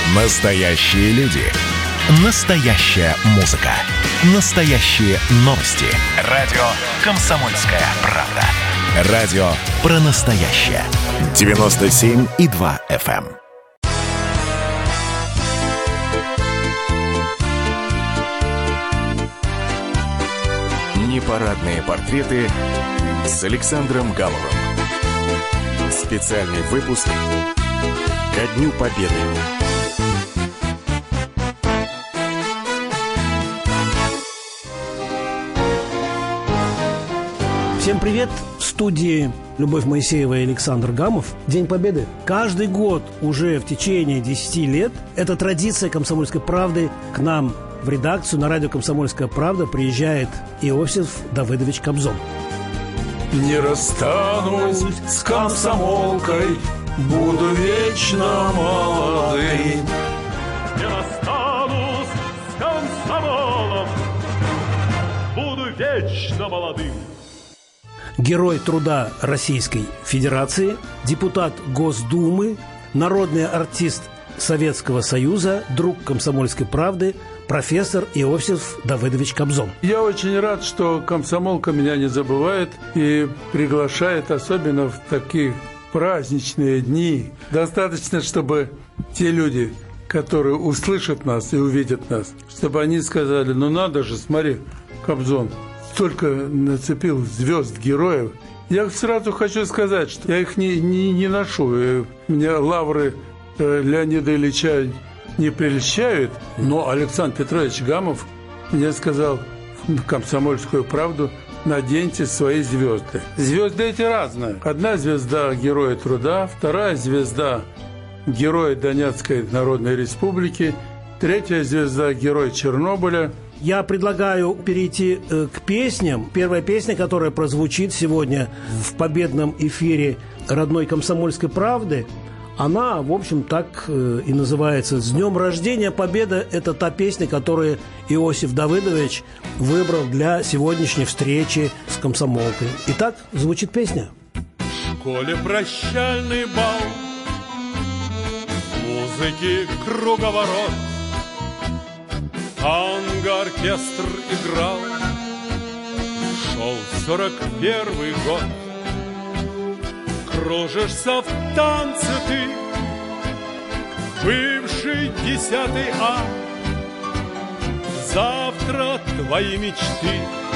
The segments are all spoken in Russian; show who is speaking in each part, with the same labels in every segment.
Speaker 1: Настоящие люди. Настоящая музыка. Настоящие новости. Радио «Комсомольская правда». Радио про настоящее. 97,2 FM. Непарадные портреты с Александром Гамовым. Специальный выпуск ко Дню Победы.
Speaker 2: Всем привет! В студии Любовь Моисеева и Александр Гамов. День Победы. Каждый год уже в течение 10 лет эта традиция «Комсомольской правды» к нам в редакцию на радио «Комсомольская правда» приезжает Иосиф Давыдович Кобзон.
Speaker 3: Не расстанусь с комсомолкой, буду вечно молодым.
Speaker 4: Не расстанусь с комсомолом, буду вечно молодым.
Speaker 2: Герой труда Российской Федерации, депутат Госдумы, народный артист Советского Союза, друг «Комсомольской правды», профессор Иосиф Давыдович Кобзон.
Speaker 3: Я очень рад, что комсомолка меня не забывает и приглашает, особенно в такие праздничные дни. Достаточно, чтобы те люди, которые услышат нас и увидят нас, чтобы они сказали: ну надо же, смотри, Кобзон столько нацепил звезд, героев. Я сразу хочу сказать, что я их не ношу. Мне лавры Леонида Ильича не прельщают, но Александр Петрович Гамов мне сказал: «Комсомольскую правду наденьте свои звезды». Звезды эти разные. Одна звезда Героя Труда, вторая звезда Героя Донецкой Народной Республики, третья звезда Герой Чернобыля.
Speaker 2: Я предлагаю перейти к песням. Первая песня, которая прозвучит сегодня в победном эфире родной «Комсомольской правды», она, в общем, так и называется. «С днем рождения, Победа» – это та песня, которую Иосиф Давыдович выбрал для сегодняшней встречи с комсомолкой. Итак, звучит песня.
Speaker 4: В школе прощальный бал, музыки круговорот, танго-оркестр играл, шел 41-й год. Кружишься в танце ты, бывший 10 А. Завтра твои мечты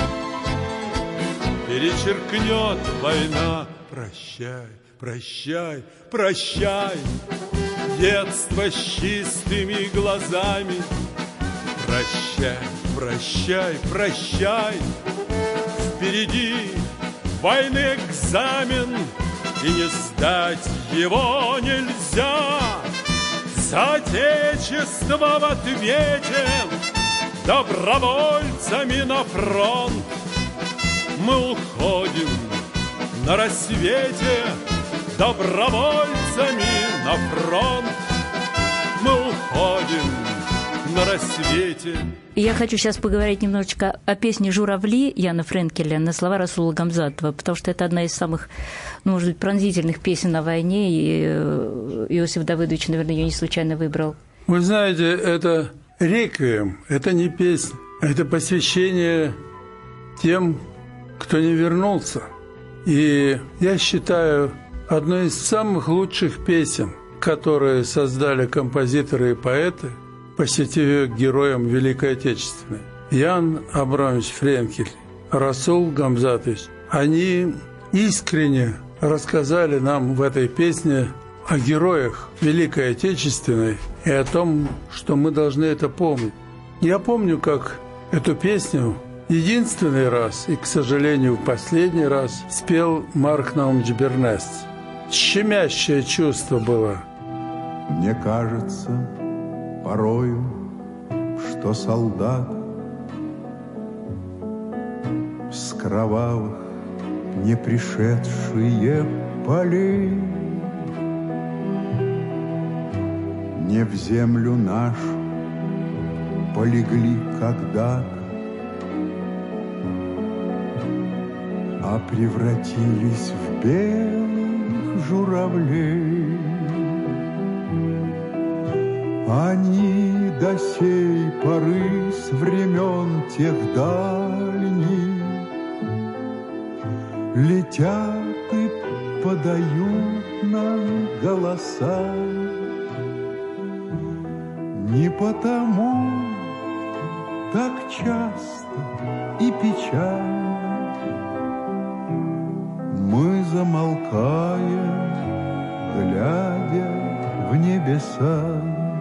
Speaker 4: перечеркнет война. Прощай, прощай, прощай, детство с чистыми глазами. Прощай, прощай, прощай, впереди войны экзамен, и не сдать его нельзя. За отечество в ответе добровольцами на фронт мы уходим на рассвете. Добровольцами на фронт мы уходим на рассвете.
Speaker 5: Я хочу сейчас поговорить немножечко о песне «Журавли» Яна Френкеля на слова Расула Гамзатова, потому что это одна из самых, может быть, пронзительных песен о войне, и Иосиф Давыдович, наверное, ее не случайно выбрал.
Speaker 3: Вы знаете, это реквием, это не песня, это посвящение тем, кто не вернулся. И я считаю, одной из самых лучших песен, которые создали композиторы и поэты, посвятив ее героям Великой Отечественной, Ян Абрамович Френкель, Расул Гамзатович, они искренне рассказали нам в этой песне о героях Великой Отечественной и о том, что мы должны это помнить. Я помню, как эту песню единственный раз и, к сожалению, в последний раз спел Марк Наумович Бернес. Щемящее чувство было.
Speaker 6: Мне кажется порою, что солдат с кровавых не пришедшие полей не в землю нашу полегли когда-то, а превратились в белых журавлей. Они до сей поры с времен тех дальних летят и подают нам голоса. Не потому так часто и печально мы замолкаем, глядя в небеса.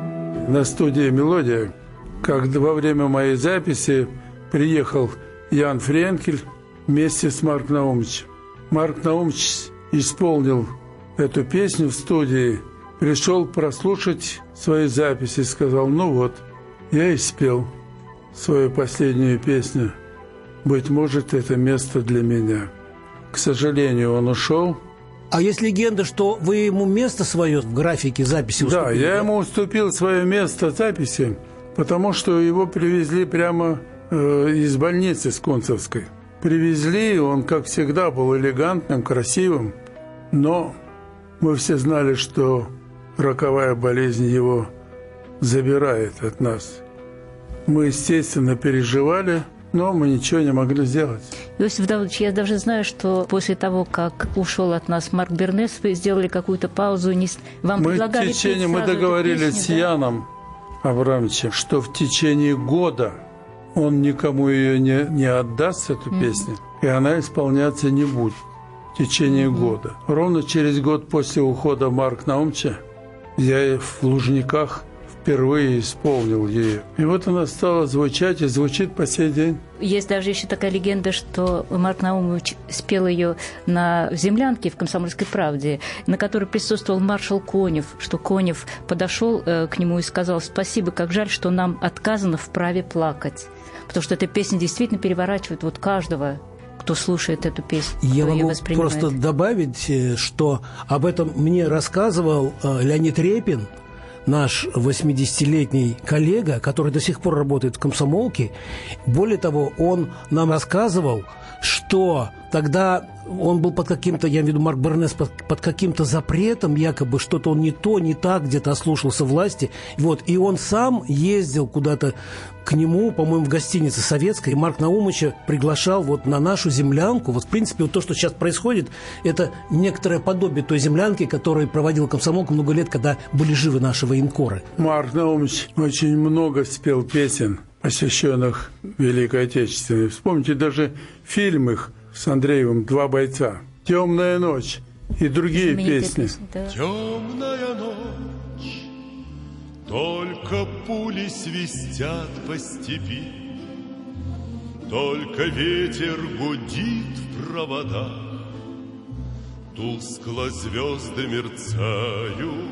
Speaker 3: На студии «Мелодия», когда во время моей записи приехал Ян Френкель вместе с Марком Наумовичем. Марк Наумович исполнил эту песню в студии, пришел прослушать свои записи, сказал: ну вот, я и спел свою последнюю песню. Быть может, это место для меня. К сожалению, он ушел.
Speaker 2: А есть легенда, что вы ему место свое в графике записи уступили?
Speaker 3: Да, я ему уступил свое место записи, потому что его привезли прямо из больницы Скунцевской. Привезли, он, как всегда, был элегантным, красивым, но мы все знали, что роковая болезнь его забирает от нас. Мы, естественно, переживали, но мы ничего не могли сделать.
Speaker 5: Иосиф Давыдович, я даже знаю, что после того, как ушел от нас Марк Бернес, вы сделали какую-то паузу, вам предлагали петь сразу
Speaker 3: мы договорились
Speaker 5: песню,
Speaker 3: с Яном Абрамовичем, что в течение года он никому ее не отдаст, эту песню, и она исполняться не будет в течение года. Ровно через год после ухода Марка Наумовича я в Лужниках впервые исполнил ее. И вот она стала звучать и звучит по сей день.
Speaker 5: Есть даже еще такая легенда, что Марк Наумович спел ее на землянке в «Комсомольской правде», на которой присутствовал маршал Конев, что Конев подошел к нему и сказал: спасибо, как жаль, что нам отказано в праве плакать. Потому что эта песня действительно переворачивает вот каждого, кто слушает эту песню.
Speaker 2: Я могу просто добавить, что об этом мне рассказывал Леонид Репин, наш 80-летний коллега, который до сих пор работает в «Комсомолке». Более того, он нам рассказывал, что тогда он был под каким-то, я имею в виду Марк Бернес, под каким-то запретом, якобы что-то он не то, не так, где-то ослушался власти. Вот, и он сам ездил куда-то к нему, по-моему, в гостинице советской, и Марк Наумовича приглашал вот на нашу землянку. Вот, в принципе, вот то, что сейчас происходит, это некоторое подобие той землянки, которую проводил «Комсомолка» много лет, когда были живы наши военкоры.
Speaker 3: Марк Наумович очень много спел песен, посвященных Великой Отечественной. Вспомните даже фильм их с Андреевым «Два бойца», «Темная ночь» и другие песни.
Speaker 5: Да.
Speaker 4: Темная ночь, только пули свистят по степи, только ветер гудит в проводах, тускло звезды мерцают.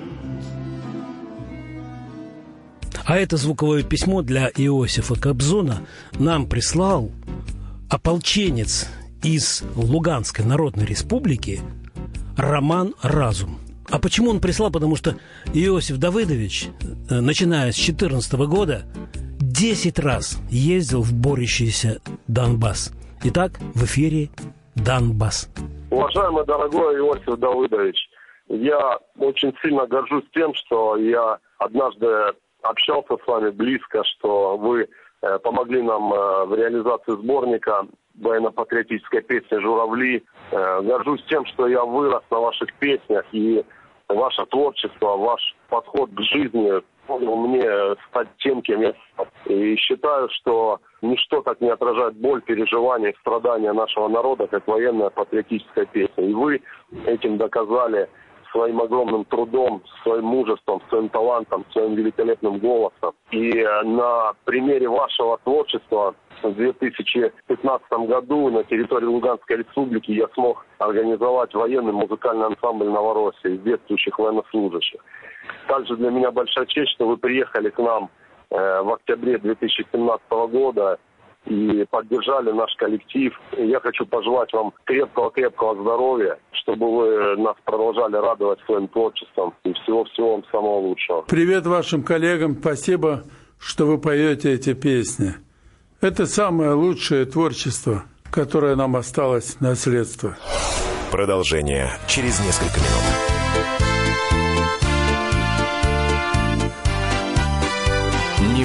Speaker 2: А это звуковое письмо для Иосифа Кобзона нам прислал ополченец из Луганской Народной Республики Роман Разум. А почему он прислал? Потому что Иосиф Давыдович, начиная с 2014 года, 10 раз ездил в борющийся Донбасс. Итак, в эфире Донбасс.
Speaker 7: Уважаемый дорогой Иосиф Давыдович, я очень сильно горжусь тем, что я однажды общался с вами близко, что вы помогли нам в реализации сборника военно-патриотической песни «Журавли». Горжусь тем, что я вырос на ваших песнях, и ваше творчество, ваш подход к жизни позволил мне стать тем, кем я стал. И считаю, что ничто так не отражает боль, переживания, страдания нашего народа, как военная патриотическая песня. И вы этим доказали своим огромным трудом, своим мужеством, своим талантом, своим великолепным голосом. И на примере вашего творчества в 2015 году на территории Луганской республики я смог организовать военный музыкальный ансамбль «Новороссия» из действующих военнослужащих. Также для меня большая честь, что вы приехали к нам в октябре 2017 года и поддержали наш коллектив. И я хочу пожелать вам крепкого здоровья, чтобы вы нас продолжали радовать своим творчеством. И всего-всего вам самого лучшего.
Speaker 3: Привет вашим коллегам. Спасибо, что вы поете эти песни. Это самое лучшее творчество, которое нам осталось в наследство.
Speaker 1: Продолжение через несколько минут.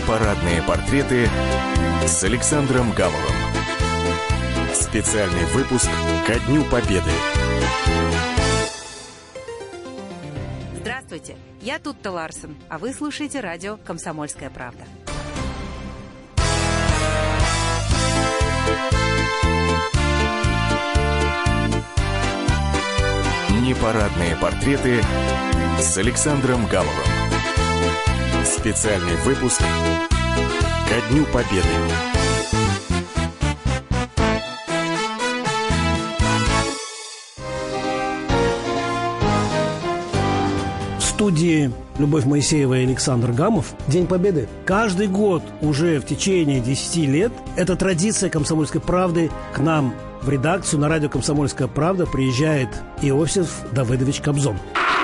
Speaker 1: Непарадные портреты с Александром Гамовым. Специальный выпуск ко Дню Победы.
Speaker 8: Здравствуйте, я Тутта Ларсен, а вы слушаете радио «Комсомольская правда».
Speaker 1: Непарадные портреты с Александром Гамовым. Специальный выпуск ко Дню Победы.
Speaker 2: В студии Любовь Моисеева и Александр Гамов. День Победы. Каждый год уже в течение 10 лет эта традиция «Комсомольской правды» к нам в редакцию на радио «Комсомольская правда» приезжает Иосиф Давыдович Кобзон.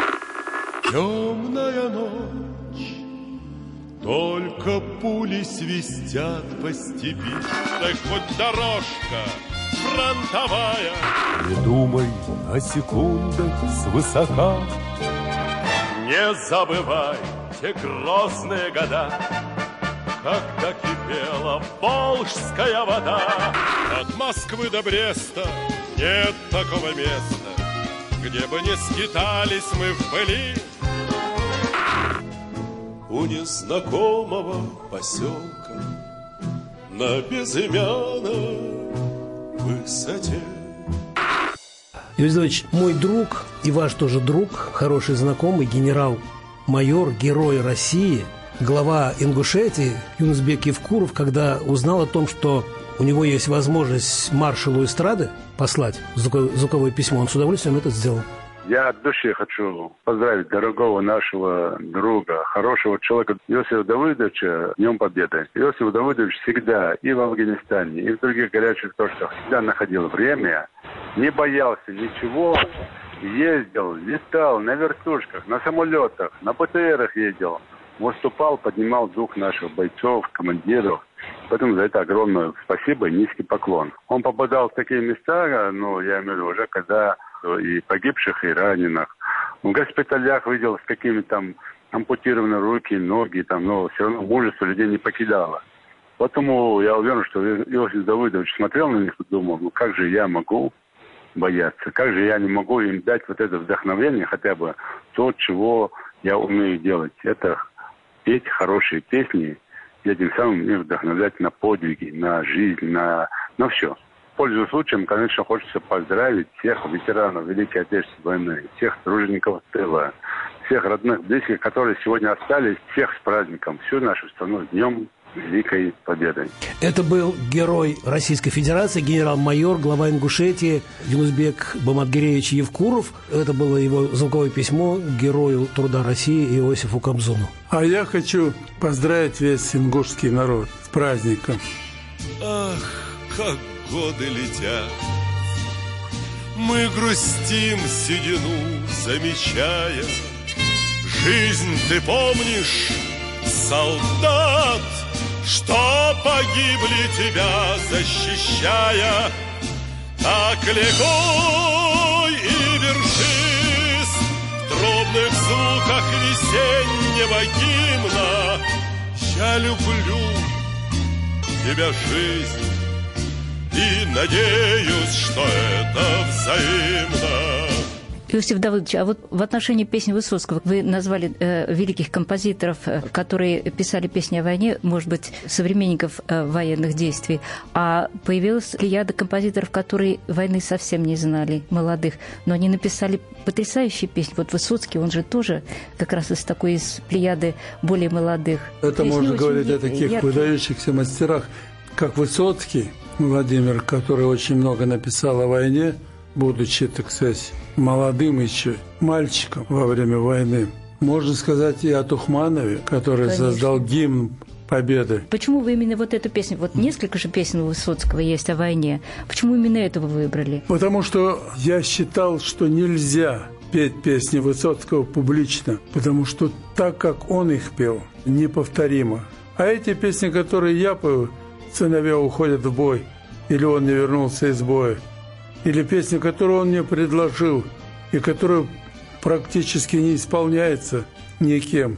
Speaker 4: Темная ночь, только пули свистят по степи. Да хоть дорожка фронтовая.
Speaker 6: Не думай о секундах свысока.
Speaker 4: Не забывай те грозные года, когда кипела волжская вода. От Москвы до Бреста нет такого места, где бы не скитались мы в пыли. У незнакомого поселка на безымянной высоте.
Speaker 2: Иосиф Давыдович, мой друг и ваш тоже друг, хороший знакомый, генерал-майор, герой России, глава Ингушетии Юнусбек Евкуров, когда узнал о том, что у него есть возможность маршалу эстрады послать звуковое письмо, он с удовольствием это сделал.
Speaker 9: Я от души хочу поздравить дорогого нашего друга, хорошего человека Иосифа Давыдовича с Днем Победы. Иосиф Давыдович всегда и в Афганистане, и в других горячих точках всегда находил время, не боялся ничего, ездил, летал на вертушках, на самолетах, на БТРах ездил, выступал, поднимал дух наших бойцов, командиров. Поэтому за это огромное спасибо и низкий поклон. Он попадал в такие места, я имею в виду уже, когда и погибших, и раненых. В госпиталях видел, с какими там ампутированы руки, ноги, но все равно мужество людей не покидало. Поэтому я уверен, что Иосиф Давыдович смотрел на них и думал, как же я могу бояться, как же я не могу им дать вот это вдохновение, хотя бы то, чего я умею делать. Это петь хорошие песни, и этим самым их вдохновлять на подвиги, на жизнь, на все. Пользуясь случаем, конечно, хочется поздравить всех ветеранов Великой Отечественной войны, всех тружеников тыла, всех родных, близких, которые сегодня остались, всех с праздником, всю нашу страну с Днем Великой Победы.
Speaker 2: Это был герой Российской Федерации, генерал-майор, глава Ингушетии Юнусбек Баматгереевич Евкуров. Это было его звуковое письмо герою труда России Иосифу Кобзону.
Speaker 3: А я хочу поздравить весь ингушский народ с праздником.
Speaker 4: Ах, как годы летят, мы грустим седину, замечая. Жизнь ты помнишь, солдат, что погибли тебя защищая. Так легко и вершись в трубных звуках весеннего гимна. Я люблю тебя, жизнь, и надеюсь, что это взаимно.
Speaker 5: Иосиф Давыдович, а вот в отношении песни Высоцкого вы назвали великих композиторов, которые писали песни о войне, может быть, современников военных действий, а появилась плеяда композиторов, которые войны совсем не знали, молодых, но они написали потрясающие песни. Вот Высоцкий, он же тоже как раз из такой из плеяды более молодых.
Speaker 3: Это можно говорить о таких выдающихся мастерах, как Высоцкий Владимир, который очень много написал о войне, будучи, так сказать, молодым еще мальчиком во время войны. Можно сказать и о Тухманове, который создал гимн Победы.
Speaker 5: Почему вы именно вот эту песню, вот несколько же песен у Высоцкого есть о войне, почему именно эту вы выбрали?
Speaker 3: Потому что я считал, что нельзя петь песни Высоцкого публично, потому что так, как он их пел, неповторимо. А эти песни, которые я пою, «Сыновья уходят в бой», или «Он не вернулся из боя», или песня, которую он мне предложил, и которая практически не исполняется никем,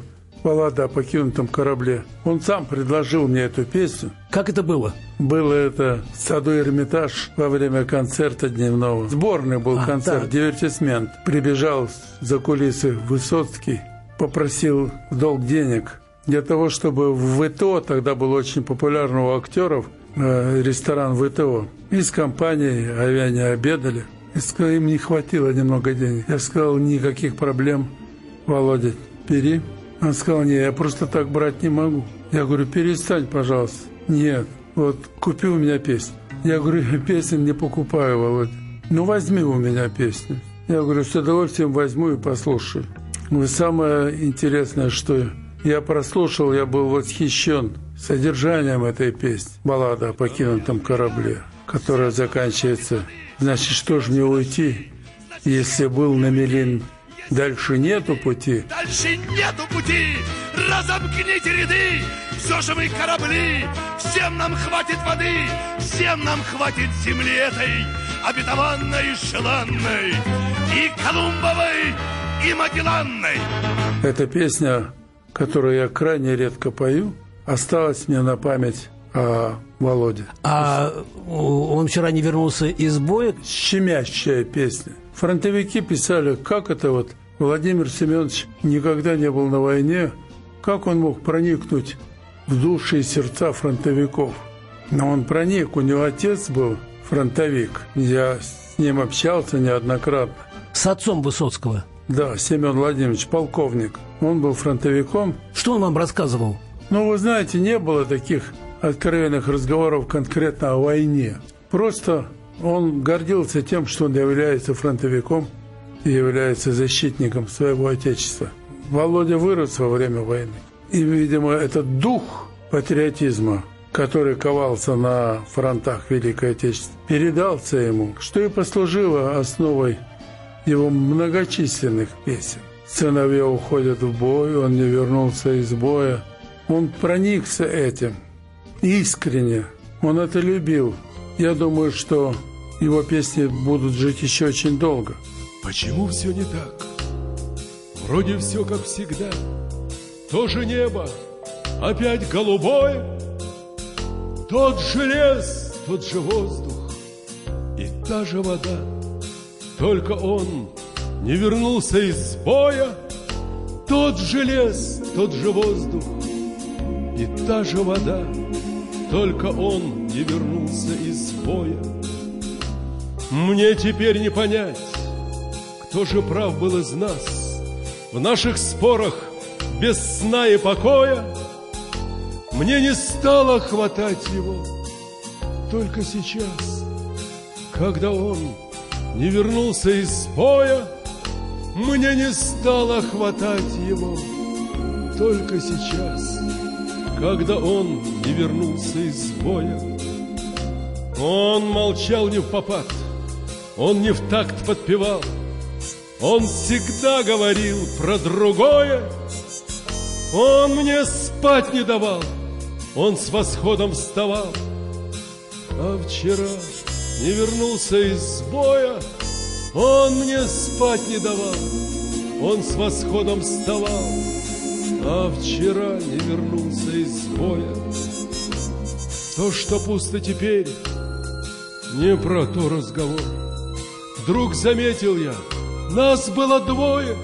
Speaker 3: «Баллада о покинутом корабле». Он сам предложил мне эту песню.
Speaker 2: Как это было?
Speaker 3: Было это в саду Эрмитаж во время концерта дневного. Сборный был концерт, дивертисмент. Прибежал за кулисы Высоцкий, попросил в долг денег для того, чтобы в ВТО, тогда был очень популярный у актеров ресторан ВТО. И с компанией они обедали. И сказал, им не хватило немного денег. Я сказал, никаких проблем, Володя, бери. Он сказал, нет, я просто так брать не могу. Я говорю, перестань, пожалуйста. Нет, вот купи у меня песню. Я говорю, песен не покупаю, Володя. Ну, возьми у меня песню. Я говорю, с удовольствием возьму и послушаю. Но самое интересное, что я прослушал, я был восхищен содержанием этой песни. «Баллада о покинутом корабле», которая заканчивается. Значит, что ж мне уйти, если был на мелин? Дальше нету пути.
Speaker 10: Дальше нету пути. Разомкните ряды. Все же мы корабли. Всем нам хватит воды. Всем нам хватит земли этой, обетованной, желанной, и Колумбовой, и Магелланной.
Speaker 3: Эта песня, которую я крайне редко пою, осталась мне на память о Володе.
Speaker 2: А он вчера не вернулся из боя?
Speaker 3: Щемящая песня. Фронтовики писали, как это вот Владимир Семенович никогда не был на войне, как он мог проникнуть в души и сердца фронтовиков. Но он проник, у него отец был фронтовик. Я с ним общался неоднократно.
Speaker 2: С отцом Высоцкого?
Speaker 3: Да, Семен Владимирович, полковник. Он был фронтовиком.
Speaker 2: Что он вам рассказывал?
Speaker 3: Ну, вы знаете, не было таких откровенных разговоров конкретно о войне. Просто он гордился тем, что он является фронтовиком и является защитником своего отечества. Володя вырос во время войны. И, видимо, этот дух патриотизма, который ковался на фронтах Великой Отечественной, передался ему, что и послужило основой его многочисленных песен. «Сыновья уходят в бой», «Он не вернулся из боя». Он проникся этим искренне, он это любил. Я думаю, что его песни будут жить еще очень долго.
Speaker 11: Почему все не так? Вроде все как всегда. То же небо, опять голубое, тот же лес, тот же воздух и та же вода. Только он не вернулся из боя. Тот же лес, тот же воздух и та же вода. Только он не вернулся из боя. Мне теперь не понять, кто же прав был из нас в наших спорах без сна и покоя. Мне не стало хватать его только сейчас, когда он не вернулся из боя. Мне не стало хватать его только сейчас, когда он не вернулся из боя. Он молчал не впопад, он не в такт подпевал, он всегда говорил про другое. Он мне спать не давал, он с восходом вставал, а вчера не вернулся из боя. Он мне спать не давал, он с восходом вставал, а вчера не вернулся из боя. То, что пусто теперь, не про то разговор. Вдруг заметил я, нас было двое.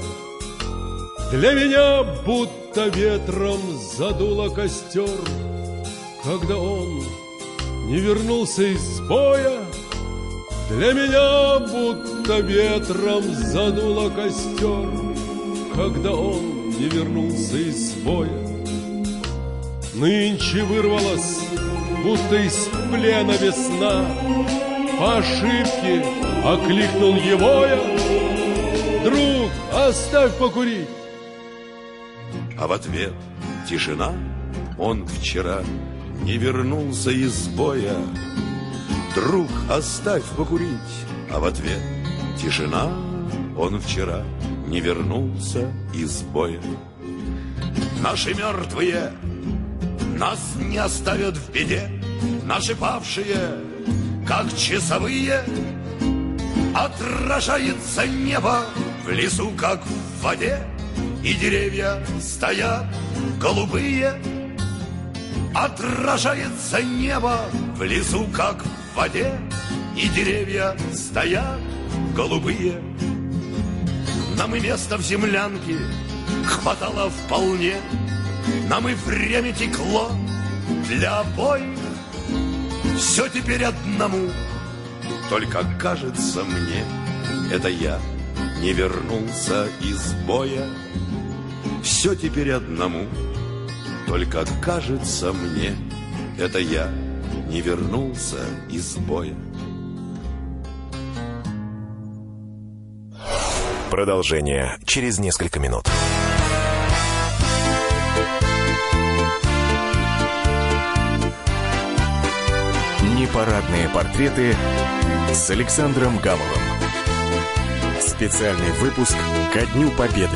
Speaker 11: Для меня будто ветром задуло костер, когда он не вернулся из боя. Для меня будто ветром задуло костер, когда он не вернулся из боя. Нынче вырвалась, будто из плена весна. По ошибке окликнул его я: друг, оставь покурить.
Speaker 4: А в ответ тишина. Он вчера не вернулся из боя. Друг, оставь покурить. А в ответ тишина. Он вчера не вернулся из боя. Наши мертвые нас не оставят в беде. Наши павшие, как часовые, отражается небо в лесу, как в воде. И деревья стоят
Speaker 10: голубые. Отражается небо в лесу, как в воде, и деревья стоят голубые. Нам и место в землянке хватало вполне, нам и время текло для обоих. Все теперь одному, только кажется мне, это я не вернулся из боя. Все теперь одному, только кажется мне, это я не вернулся из боя.
Speaker 1: Продолжение через несколько минут. Непарадные портреты с Александром Гамовым. Специальный выпуск ко Дню Победы.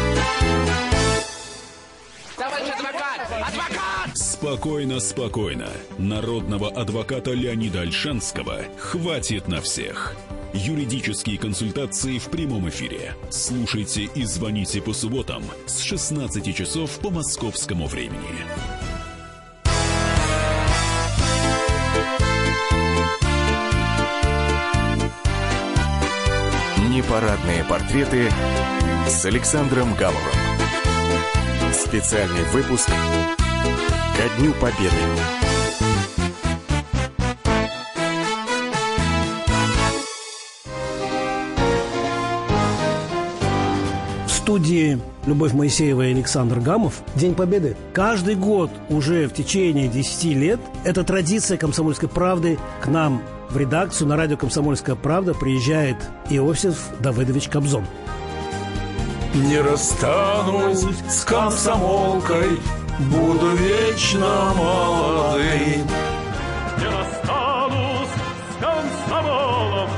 Speaker 12: Спокойно, спокойно. Народного адвоката Леонида Ольшанского хватит на всех. Юридические консультации в прямом эфире. Слушайте и звоните по субботам с 16 часов по московскому времени.
Speaker 1: Непарадные портреты с Александром Гамовым. Специальный выпуск ко Дню Победы.
Speaker 2: В студии Любовь Моисеева и Александр Гамов. День Победы. Каждый год уже в течение 10 лет эта традиция «Комсомольской правды» к нам в редакцию на радио «Комсомольская правда» приезжает Иосиф Давыдович Кобзон.
Speaker 3: Не расстанусь с комсомолкой, буду вечно молодым.
Speaker 11: Не расстанусь с комсомолом,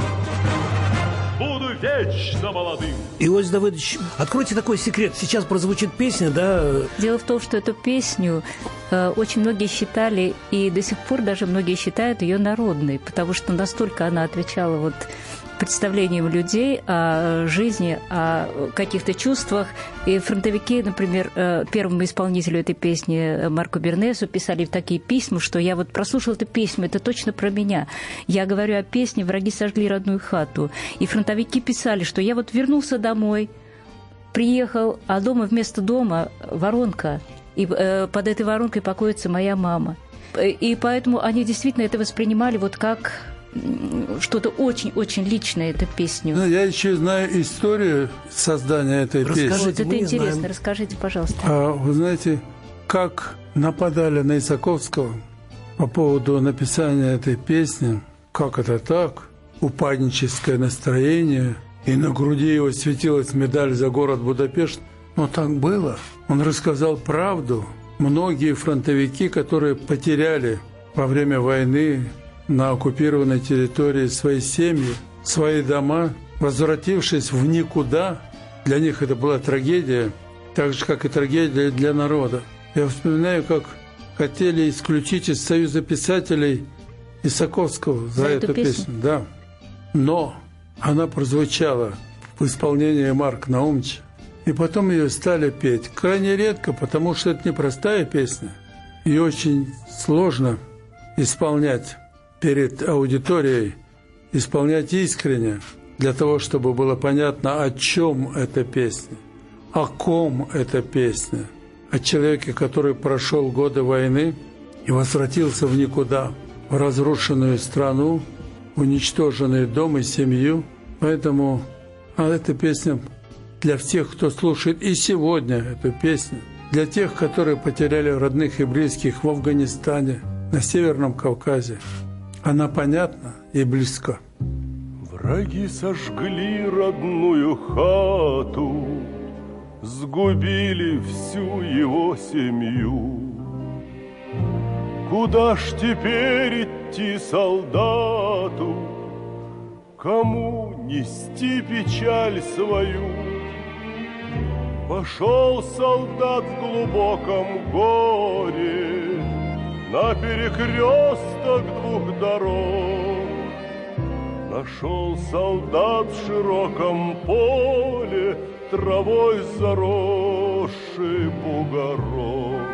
Speaker 11: буду вечно молодым.
Speaker 2: Иосиф Давыдович, откройте такой секрет. Сейчас прозвучит песня, да?
Speaker 5: Дело в том, что эту песню очень многие считали, и до сих пор даже многие считают ее народной, потому что настолько она отвечала вот представлениям людей о жизни, о каких-то чувствах. И фронтовики, например, первому исполнителю этой песни Марку Бернесу писали такие письма, что я вот прослушал эту песню, это точно про меня. Я говорю о песне «Враги сожгли родную хату». И фронтовики писали, что я вот вернулся домой, приехал, а дома вместо дома воронка, и под этой воронкой покоится моя мама. И поэтому они действительно это воспринимали вот как что-то очень-очень личное, эту песню.
Speaker 3: Ну, я еще знаю историю создания этой песни.
Speaker 5: Вот это интересно, знаем. Расскажите, пожалуйста.
Speaker 3: Вы знаете, как нападали на Исаковского по поводу написания этой песни, как это так, упадническое настроение, и на груди его светилась медаль за город Будапешт. Но так было. Он рассказал правду. Многие фронтовики, которые потеряли во время войны на оккупированной территории свои семьи, свои дома, возвратившись в никуда, для них это была трагедия, так же, как и трагедия для народа. Я вспоминаю, как хотели исключить из Союза писателей Исаковского за эту песню. Да. Но она прозвучала в исполнении Марка Наумовича, и потом ее стали петь. Крайне редко, потому что это непростая песня, и очень сложно исполнять перед аудиторией, исполнять искренне, для того, чтобы было понятно, о чем эта песня, о ком эта песня, о человеке, который прошел годы войны и возвратился в никуда, в разрушенную страну, уничтоженный дом и семью. Поэтому эта песня для всех, кто слушает и сегодня эту песню, для тех, которые потеряли родных и близких в Афганистане, на Северном Кавказе. Она понятна и близка.
Speaker 6: Враги сожгли родную хату, сгубили всю его семью. Куда ж теперь идти солдату, кому нести печаль свою? Пошел солдат в глубоком горе на перекресток двух дорог. Нашел солдат в широком поле травой заросший бугорок.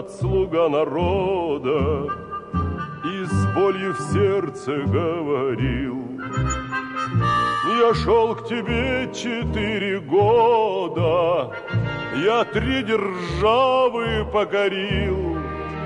Speaker 6: солдат, слуга народа, и с болью в сердце говорил: я шел к тебе 4 года, я 3 державы покорил.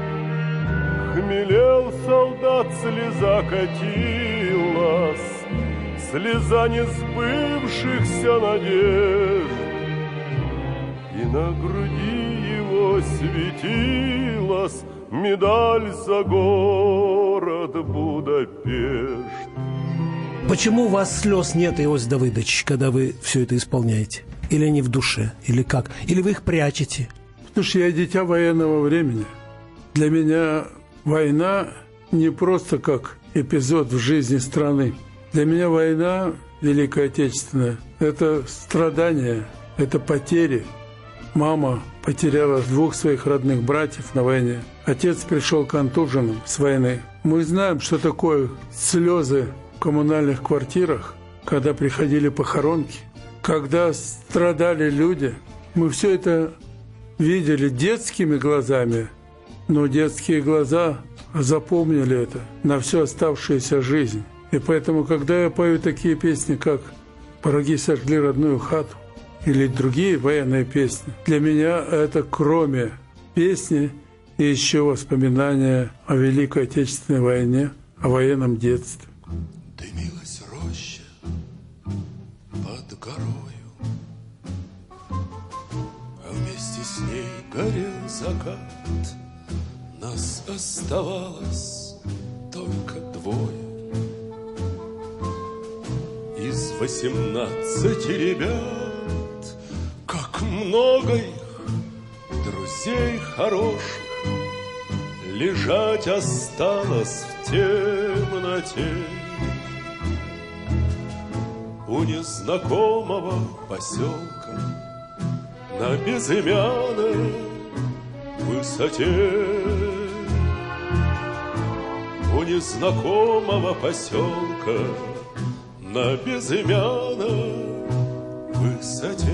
Speaker 6: Хмелел солдат, слеза катилась, слеза несбывшихся надежд, и на груди его светилась медаль за город Будапешт.
Speaker 2: Почему у вас слез нет, Иосиф Давыдович, когда вы все это исполняете? Или они в душе? Или как? Или вы их прячете?
Speaker 3: Потому что я дитя военного времени. Для меня война не просто как эпизод в жизни страны. Для меня война, Великая Отечественная, это страдания, это потери. Мама потеряла 2 своих родных братьев на войне. Отец пришел контуженным с войны. Мы знаем, что такое слезы в коммунальных квартирах, когда приходили похоронки, когда страдали люди. Мы все это видели детскими глазами, но детские глаза запомнили это на всю оставшуюся жизнь. И поэтому, когда я пою такие песни, как «Враги сожгли родную хату» или другие военные песни, для меня это кроме песни и еще воспоминания о Великой Отечественной войне, о военном детстве.
Speaker 10: Дымилась роща под горою, а вместе с ней горел закат. Нас оставалось только 2. Из 18 ребят, как много их, друзей хороших, лежать осталось в темноте у незнакомого поселка на безымянной высоте. У незнакомого поселка на безымянной высоте.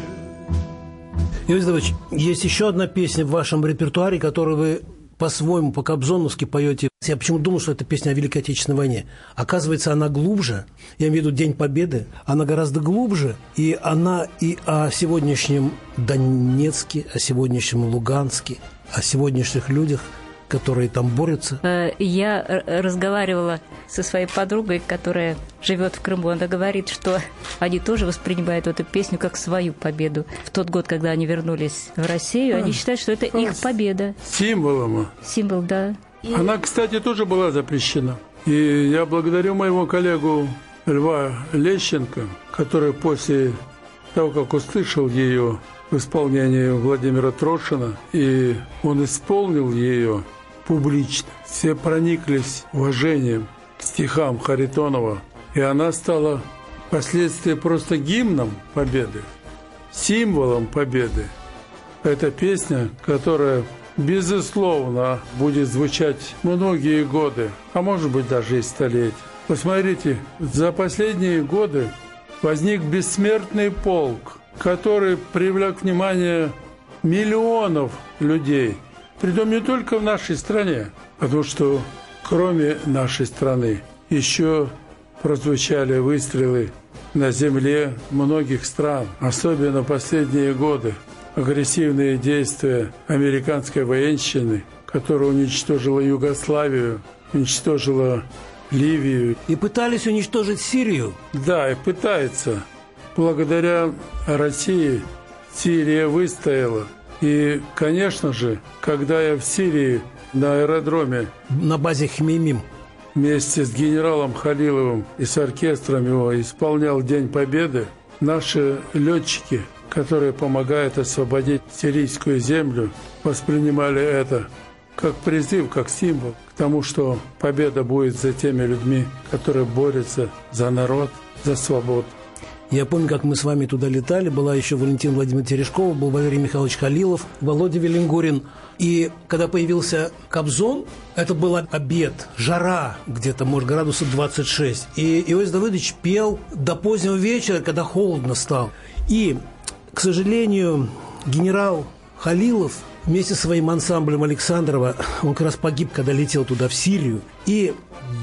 Speaker 2: Иосиф Давыдович, есть еще одна песня в вашем репертуаре, которую вы по-своему, по-кобзоновски поете. Я почему думал, что это песня о Великой Отечественной войне. Оказывается, она глубже. Я имею в виду День Победы. Она гораздо глубже. И она и о сегодняшнем Донецке, о сегодняшнем Луганске, о сегодняшних людях, которые там борются.
Speaker 5: Я разговаривала со своей подругой, которая живет в Крыму. Она говорит, что они тоже воспринимают эту песню как свою победу. В тот год, когда они вернулись в Россию, они считают, что это их победа.
Speaker 3: Символом.
Speaker 5: Символ, да.
Speaker 3: Она, кстати, тоже была запрещена. И я благодарю моего коллегу Льва Лещенко, который после того, как услышал ее в исполнении Владимира Трошина, и он исполнил ее публично. Все прониклись уважением к стихам Харитонова, и она стала впоследствии просто гимном победы, символом победы. Это песня, которая, безусловно, будет звучать многие годы, а может быть даже и столетия. Посмотрите, за последние годы возник бессмертный полк, который привлек внимание миллионов людей. Притом не только в нашей стране, потому что кроме нашей страны еще прозвучали выстрелы на земле многих стран, особенно в последние годы. Агрессивные действия американской военщины, которая уничтожила Югославию, уничтожила Ливию.
Speaker 2: И пытались уничтожить Сирию.
Speaker 3: Да, и пытается. Благодаря России Сирия выстояла. И, конечно же, когда я в Сирии на аэродроме
Speaker 2: на базе Хмеймим
Speaker 3: вместе с генералом Халиловым и с оркестром его исполнял День Победы, наши летчики, которые помогают освободить сирийскую землю, воспринимали это как призыв, как символ к тому, что победа будет за теми людьми, которые борются за народ, за свободу.
Speaker 2: Я помню, как мы с вами туда летали. Была еще Валентина Владимировна Терешкова, был Валерий Михайлович Халилов, Володя Велингурин. И когда появился Кобзон, это был обед, жара, где-то, может, градусов 26. И Иосиф Давыдович пел до позднего вечера, когда холодно стало. И, к сожалению, генерал Халилов вместе со своим ансамблем Александрова. Он как раз погиб, когда летел туда, в Сирию. И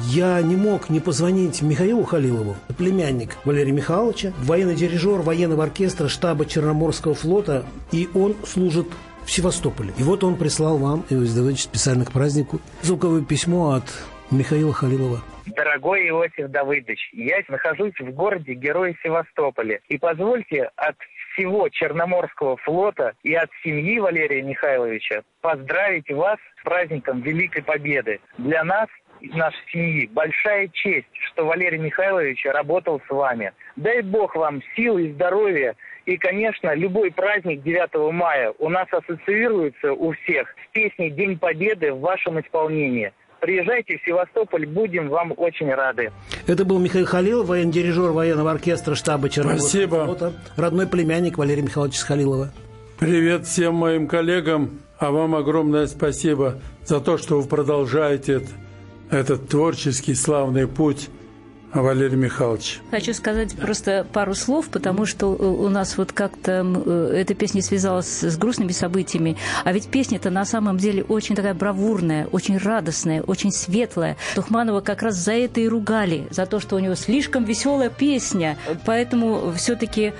Speaker 2: я не мог не позвонить Михаилу Халилову, племянник Валерия Михайловича, военный дирижер военного оркестра штаба Черноморского флота, и он служит в Севастополе. И вот он прислал вам, Иосиф Давыдович, специально к празднику, звуковое письмо от Михаила Халилова.
Speaker 13: Дорогой Иосиф Давыдович, я нахожусь в городе Герой Севастополе. И позвольте от всего Черноморского флота и от семьи Валерия Михайловича поздравить вас с праздником Великой Победы. Для нас, нашей семьи, большая честь, что Валерий Михайлович работал с вами. Дай Бог вам сил и здоровья. И, конечно, любой праздник 9 мая у нас ассоциируется у всех с песней «День Победы» в вашем исполнении. Приезжайте в Севастополь, будем вам очень рады.
Speaker 2: Это был Михаил Халилов, военный дирижер военного оркестра штаба Черноморского флота, родной племянник Валерия Михайловича Халилова.
Speaker 3: Привет всем моим коллегам, а вам огромное спасибо за то, что вы продолжаете этот творческий славный путь, Валерий Михайлович.
Speaker 5: Хочу сказать просто пару слов, потому что у нас вот как-то эта песня связалась с грустными событиями, а ведь песня-то на самом деле очень такая бравурная, очень радостная, очень светлая. Тухманова как раз за это и ругали, за то, что у него слишком веселая песня. Поэтому все-таки,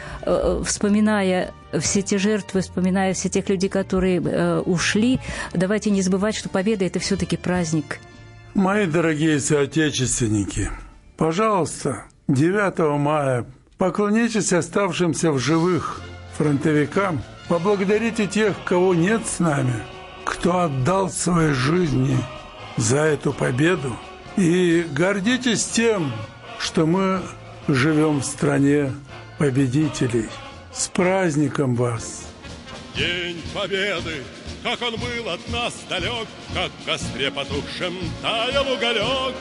Speaker 5: вспоминая все те жертвы, вспоминая все тех людей, которые ушли, давайте не забывать, что победа – это все-таки праздник.
Speaker 3: Мои дорогие соотечественники, пожалуйста, 9 мая поклонитесь оставшимся в живых фронтовикам, поблагодарите тех, кого нет с нами, кто отдал свои жизни за эту победу, и гордитесь тем, что мы живем в стране победителей. С праздником вас!
Speaker 10: День Победы, как он был от нас далек, как в костре потухшем таял уголек.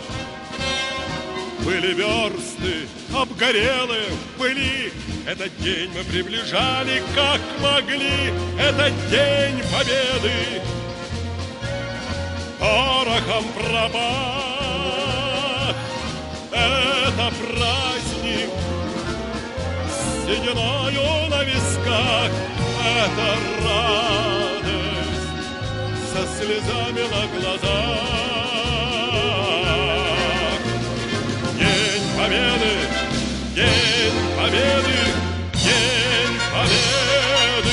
Speaker 10: Были версты, обгорелые в пыли. Этот день мы приближали, как могли. Этот день Победы порохом пропах. Это праздник с сединою на висках. Это радость со слезами на глазах. День Победы, День Победы, День Победы.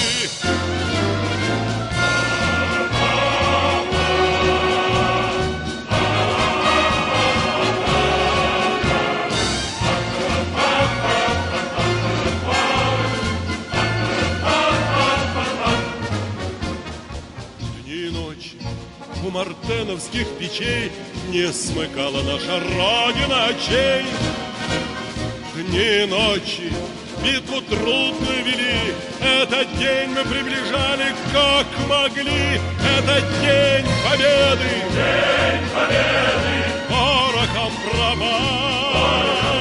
Speaker 10: Дни и ночи у мартеновских печей не смыкала наша Родина очей. Дни и ночи битву трудную вели. Этот день мы приближали, как могли. Этот день Победы, День Победы, порохом пропах.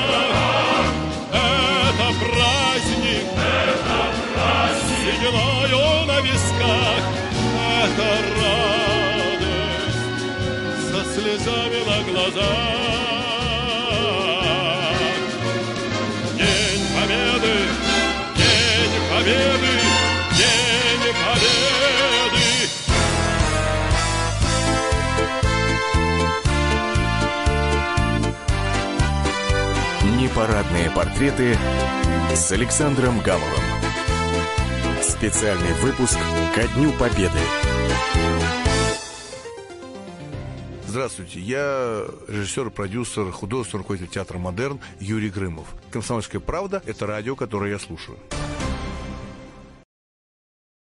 Speaker 10: Это праздник, с сединою на висках. Это радость со слезами на глазах. День Победы, День Победы, День Победы.
Speaker 1: Непарадные портреты с Александром Гамовым. Специальный выпуск ко Дню Победы.
Speaker 14: Здравствуйте, я режиссер, продюсер, художественный руководитель театра «Модерн» Юрий Грымов. «Комсомольская правда» — это радио, которое я слушаю.